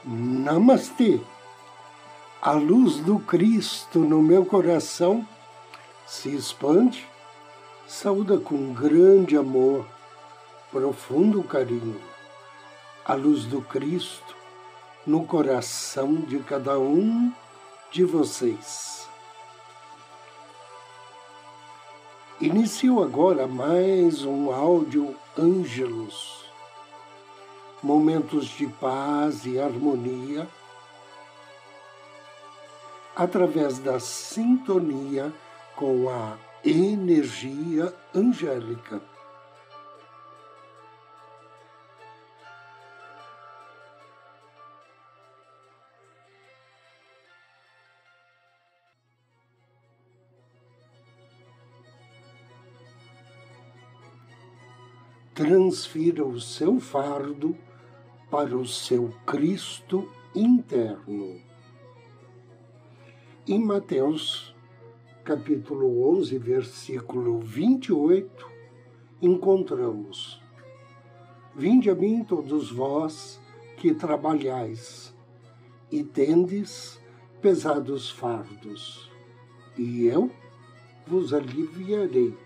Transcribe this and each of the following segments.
Namastê! A luz do Cristo no meu coração se expande, saúda com grande amor, profundo carinho. A luz do Cristo no coração de cada um de vocês. Inicio agora mais um áudio Ângelos. Momentos de paz e harmonia, através da sintonia com a energia angélica. Transfira o seu fardo para o seu Cristo interno. Em Mateus, capítulo 11, versículo 28, encontramos: Vinde a mim todos vós que trabalhais e tendes pesados fardos, e eu vos aliviarei.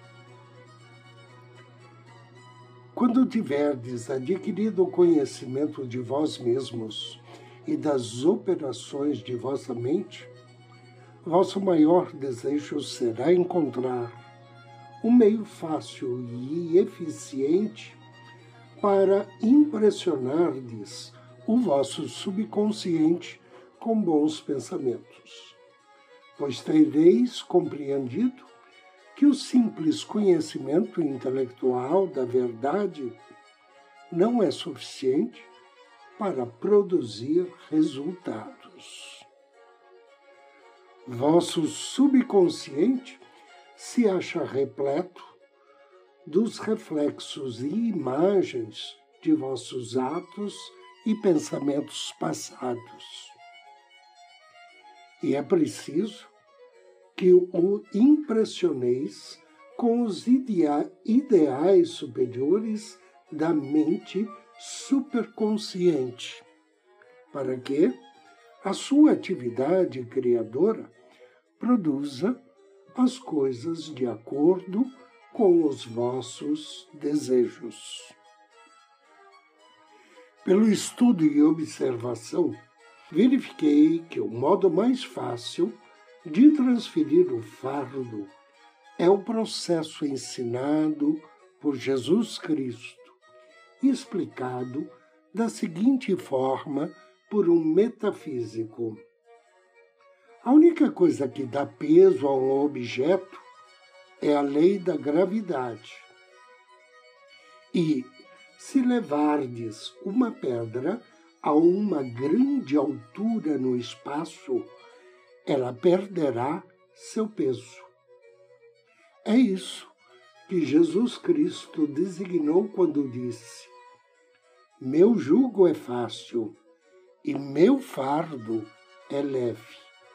Quando tiverdes adquirido o conhecimento de vós mesmos e das operações de vossa mente, vosso maior desejo será encontrar um meio fácil e eficiente para impressionardes o vosso subconsciente com bons pensamentos, pois tereis compreendido que o simples conhecimento intelectual da verdade não é suficiente para produzir resultados. Vosso subconsciente se acha repleto dos reflexos e imagens de vossos atos e pensamentos passados. E é preciso que o impressioneis com os ideais superiores da mente superconsciente, para que a sua atividade criadora produza as coisas de acordo com os vossos desejos. Pelo estudo e observação, verifiquei que o modo mais fácil de transferir o fardo é o processo ensinado por Jesus Cristo, explicado da seguinte forma por um metafísico. A única coisa que dá peso a um objeto é a lei da gravidade. E, se levardes uma pedra a uma grande altura no espaço, ela perderá seu peso. É isso que Jesus Cristo designou quando disse: Meu jugo é fácil e meu fardo é leve.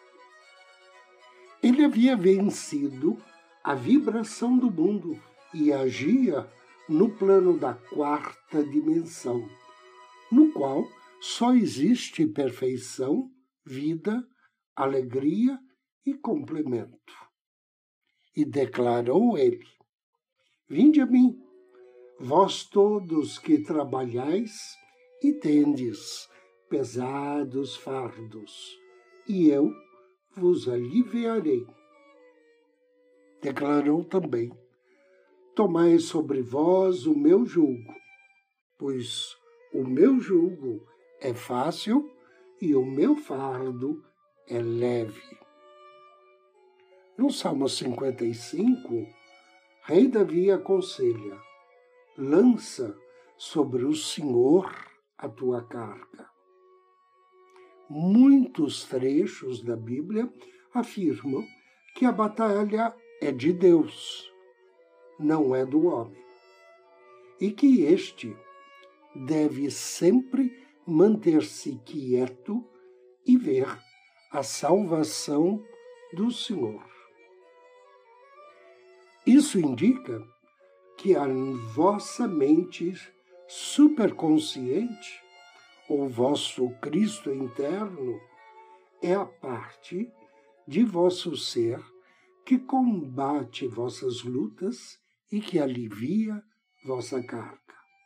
Ele havia vencido a vibração do mundo e agia no plano da quarta dimensão, no qual só existe perfeição, vida, alegria e complemento. E declarou ele: Vinde a mim, vós todos que trabalhais e tendes pesados fardos, e eu vos aliviarei. Declarou também: Tomai sobre vós o meu jugo, pois o meu jugo é fácil e o meu fardo é leve. No Salmo 55, Rei Davi aconselha: lança sobre o Senhor a tua carga. Muitos trechos da Bíblia afirmam que a batalha é de Deus, não é do homem, e que este deve sempre manter-se quieto e ver a salvação do Senhor. Isso indica que a vossa mente superconsciente o vosso Cristo interno, é a parte de vosso ser que combate vossas lutas e que alivia vossa carga.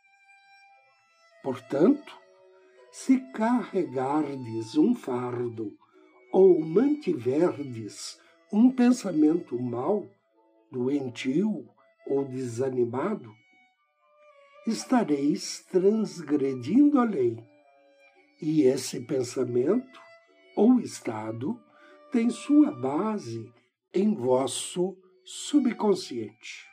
Portanto, se carregardes um fardo ou mantiverdes um pensamento mau, doentio ou desanimado, estareis transgredindo a lei. E esse pensamento ou estado tem sua base em vosso subconsciente.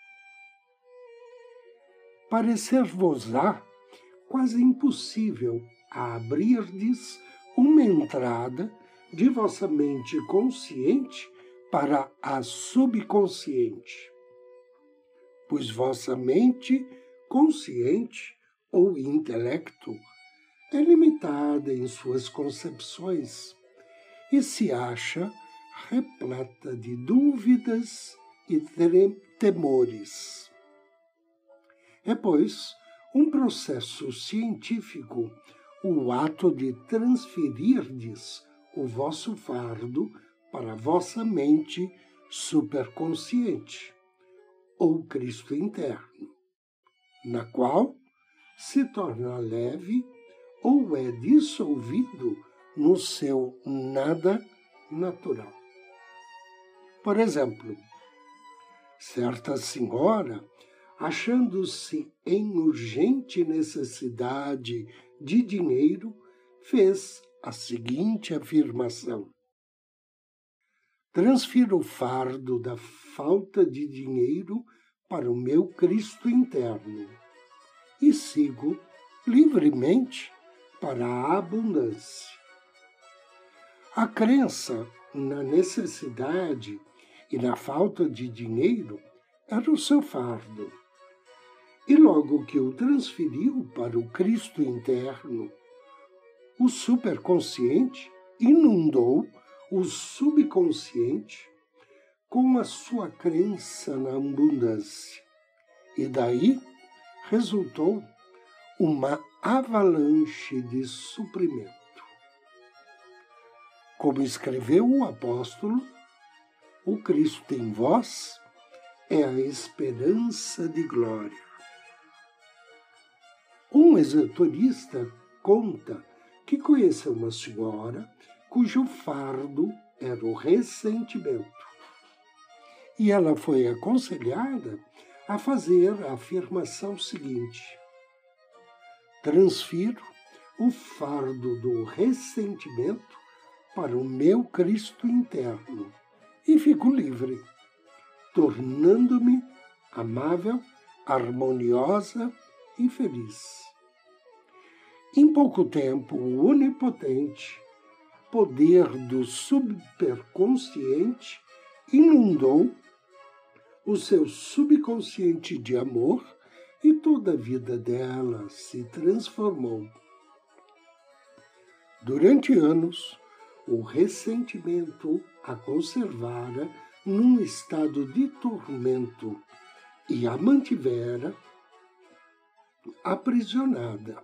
Parecer-vos-á quase impossível a abrirdes uma entrada de vossa mente consciente para a subconsciente, pois vossa mente consciente ou intelecto é limitada em suas concepções e se acha repleta de dúvidas e temores. É, pois, um processo científico o ato de transferirdes o vosso fardo para a vossa mente superconsciente, ou Cristo interno, na qual se torna leve ou é dissolvido no seu nada natural. Por exemplo, certa senhora, achando-se em urgente necessidade de dinheiro, fez a seguinte afirmação: transfiro o fardo da falta de dinheiro para o meu Cristo interno e sigo livremente para a abundância. A crença na necessidade e na falta de dinheiro era o seu fardo. E logo que o transferiu para o Cristo interno, o superconsciente inundou o subconsciente com a sua crença na abundância. E daí resultou uma avalanche de suprimento. Como escreveu o apóstolo, o Cristo em vós é a esperança de glória. Um exatorista conta que conheceu uma senhora cujo fardo era o ressentimento. E ela foi aconselhada a fazer a afirmação seguinte: transfiro o fardo do ressentimento para o meu Cristo interno e fico livre, tornando-me amável, harmoniosa e feliz. Em pouco tempo, o onipotente poder do superconsciente inundou o seu subconsciente de amor e toda a vida dela se transformou. Durante anos, o ressentimento a conservara num estado de tormento e a mantivera aprisionada.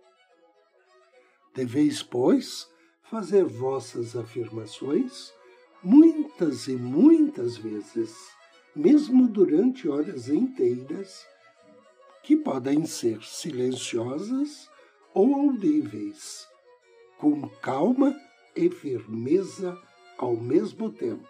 Deveis, pois, fazer vossas afirmações muitas e muitas vezes, mesmo durante horas inteiras, que podem ser silenciosas ou audíveis, com calma e firmeza ao mesmo tempo.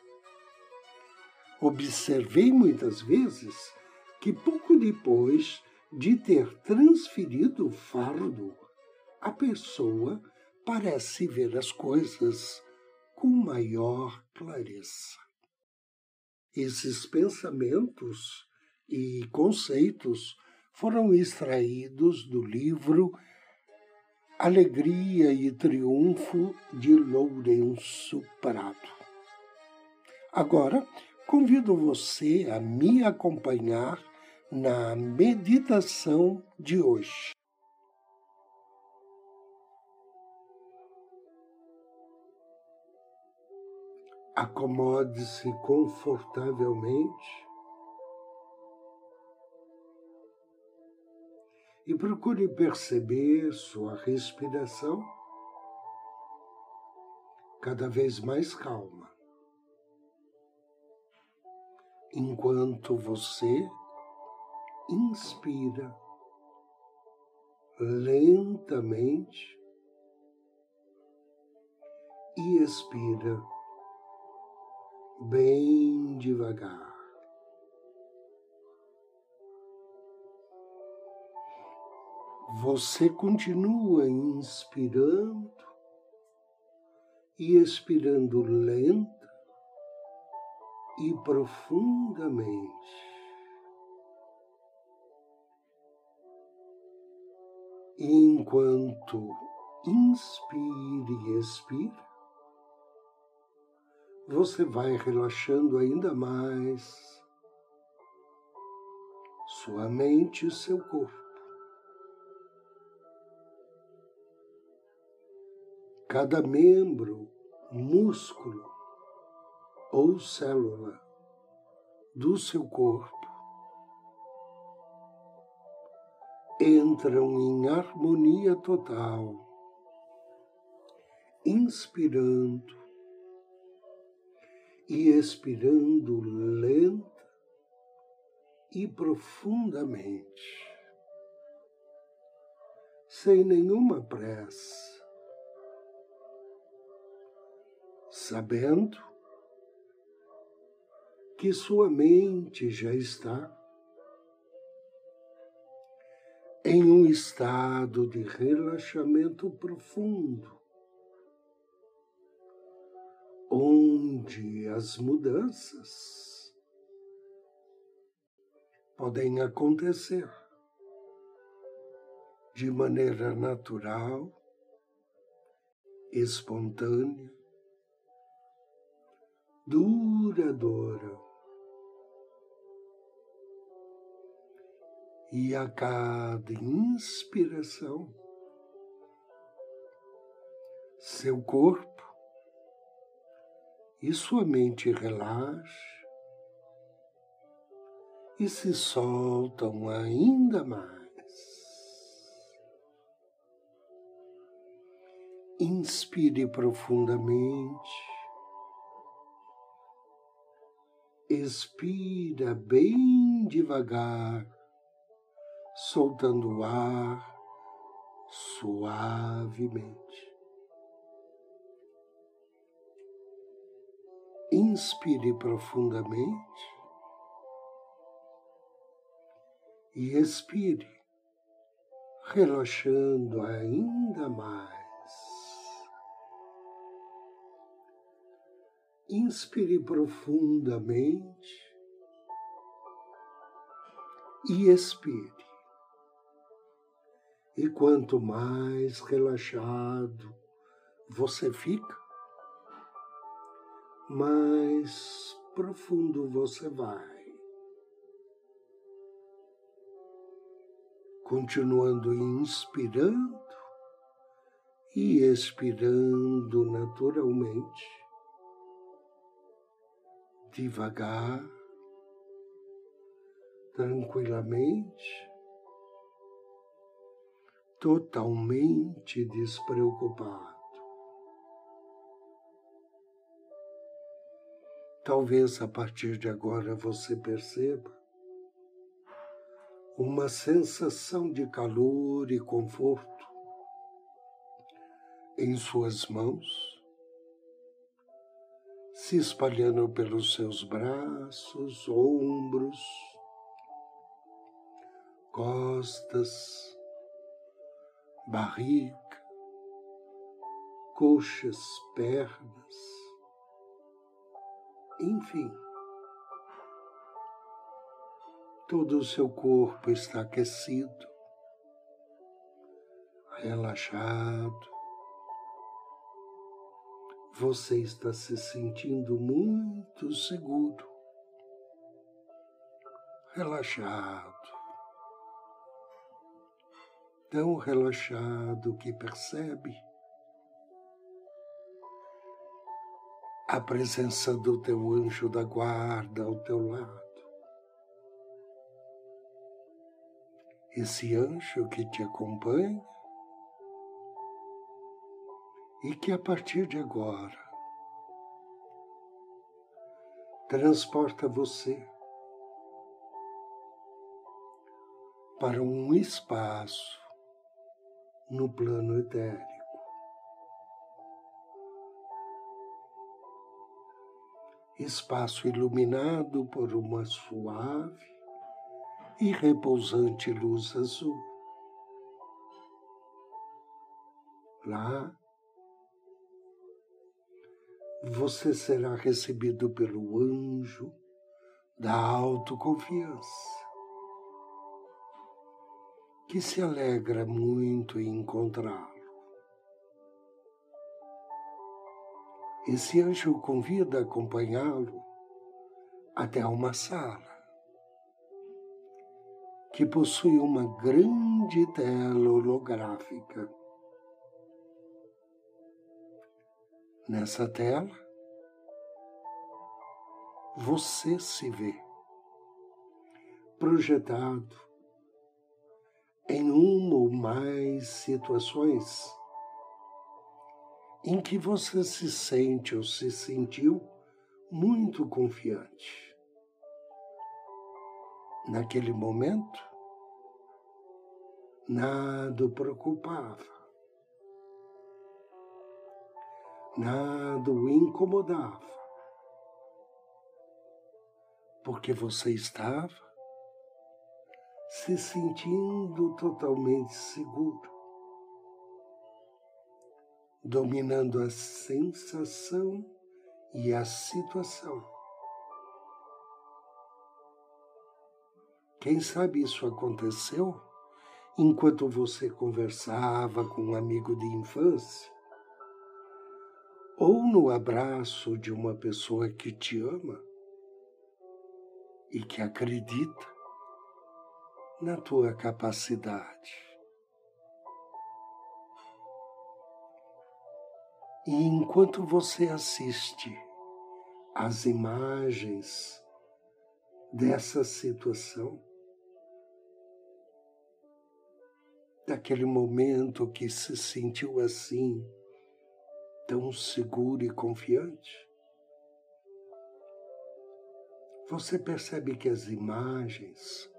Observei muitas vezes que pouco depois de ter transferido o fardo, a pessoa parece ver as coisas com maior clareza. Esses pensamentos e conceitos foram extraídos do livro Alegria e Triunfo, de Lourenço Prado. Agora, convido você a me acompanhar na meditação de hoje. Acomode-se confortavelmente e procure perceber sua respiração cada vez mais calma, enquanto você inspira lentamente e expira bem devagar. Você continua inspirando e expirando lenta e profundamente. E enquanto inspira e expira, você vai relaxando ainda mais sua mente e seu corpo. Cada membro, músculo ou célula do seu corpo entram em harmonia total, inspirando e expirando lenta e profundamente, sem nenhuma pressa, sabendo que sua mente já está em um estado de relaxamento profundo, onde as mudanças podem acontecer de maneira natural, espontânea, duradoura. E a cada inspiração, seu corpo e sua mente relaxam e se soltam ainda mais. Inspire profundamente, expira bem devagar, soltando o ar suavemente. Inspire profundamente e expire, relaxando ainda mais. Inspire profundamente e expire. E quanto mais relaxado você fica, mais profundo você vai. Continuando inspirando e expirando naturalmente, devagar, tranquilamente, totalmente despreocupado. Talvez a partir de agora você perceba uma sensação de calor e conforto em suas mãos, se espalhando pelos seus braços, ombros, costas, barriga, coxas, pernas, enfim. Todo o seu corpo está aquecido, relaxado. Você está se sentindo muito seguro, relaxado. Tão relaxado que percebe a presença do teu anjo da guarda ao teu lado. esse anjo que te acompanha e que a partir de agora transporta você para um espaço no plano etérico. Espaço iluminado por uma suave e repousante luz azul. Lá, você será recebido pelo anjo da autoconfiança, que se alegra muito em encontrá-lo. Esse anjo o convida a acompanhá-lo até uma sala que possui uma grande tela holográfica. Nessa tela, você se vê projetado em uma ou mais situações em que você se sente ou se sentiu muito confiante. Naquele momento, nada o preocupava, nada o incomodava, porque você estava se sentindo totalmente seguro, dominando a sensação e a situação. Quem sabe isso aconteceu enquanto você conversava com um amigo de infância, ou no abraço de uma pessoa que te ama e que acredita na tua capacidade. E enquanto você assiste às imagens dessa situação, daquele momento que se sentiu assim, tão seguro e confiante, você percebe que as imagens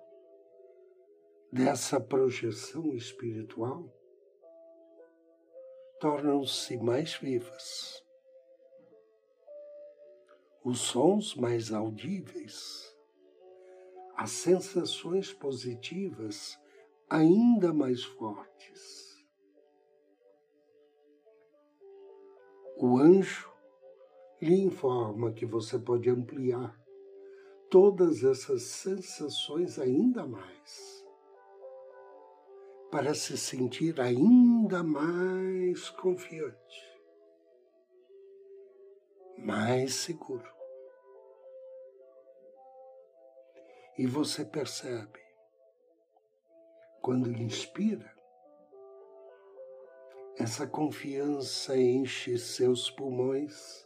dessa projeção espiritual tornam-se mais vivas, os sons mais audíveis, as sensações positivas ainda mais fortes. O anjo lhe informa que você pode ampliar todas essas sensações ainda mais, para se sentir ainda mais confiante, mais seguro. E você percebe, quando inspira, essa confiança enche seus pulmões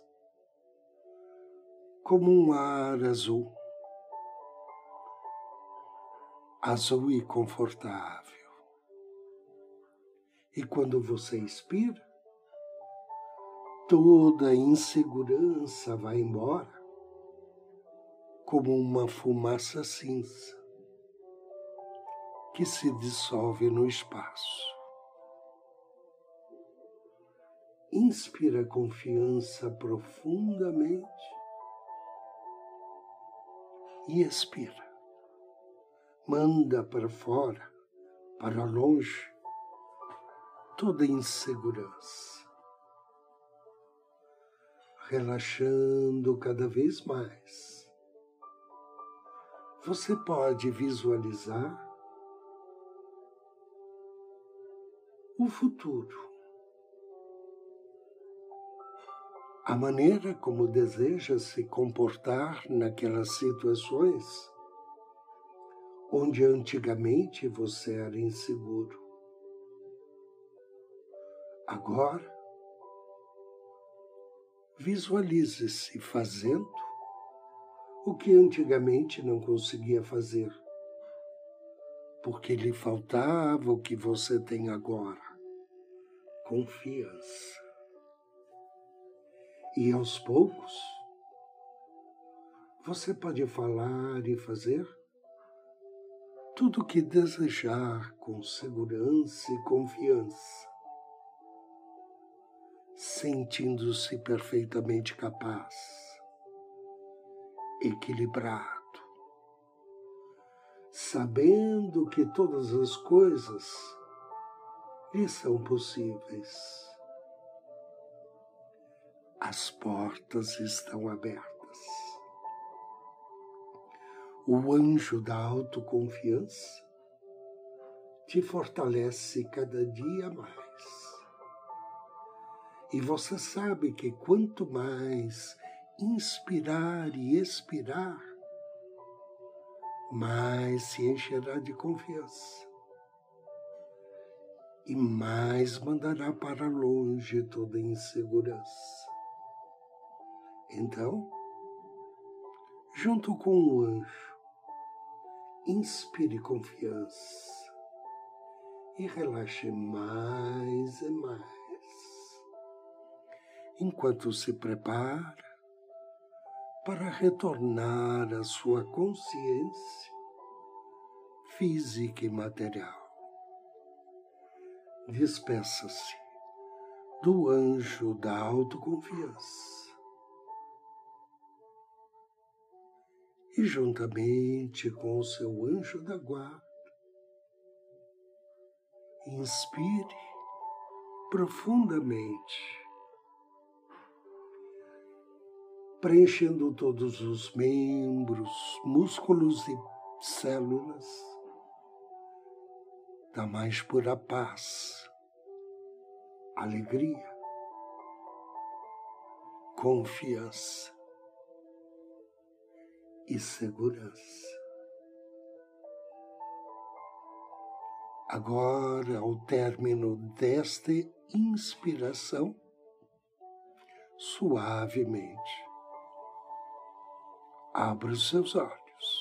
como um ar azul, azul e confortável. E quando você expira, toda a insegurança vai embora, como uma fumaça cinza que se dissolve no espaço. Inspira confiança profundamente e expira. Manda para fora, para longe, toda insegurança, relaxando cada vez mais. Você pode visualizar o futuro, a maneira como deseja se comportar naquelas situações onde antigamente você era inseguro. Agora, visualize-se fazendo o que antigamente não conseguia fazer, porque lhe faltava o que você tem agora: confiança. E aos poucos, você pode falar e fazer tudo o que desejar com segurança e confiança, sentindo-se perfeitamente capaz, equilibrado, sabendo que todas as coisas lhe são possíveis. As portas estão abertas. O anjo da autoconfiança te fortalece cada dia mais. E você sabe que quanto mais inspirar e expirar, mais se encherá de confiança e mais mandará para longe toda insegurança. Então, junto com o anjo, inspire confiança e relaxe mais e mais, enquanto se prepara para retornar à sua consciência física e material. Despeça-se do anjo da autoconfiança e, juntamente com o seu anjo da guarda, inspire profundamente, preenchendo todos os membros, músculos e células da mais pura paz, alegria, confiança e segurança. Agora, ao término desta inspiração, suavemente, abra os seus olhos.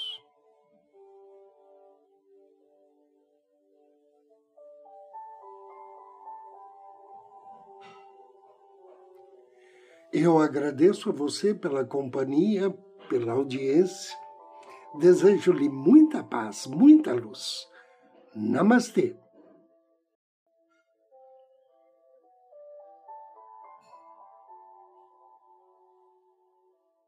Eu agradeço a você pela companhia, pela audiência. Desejo-lhe muita paz, muita luz. Namastê.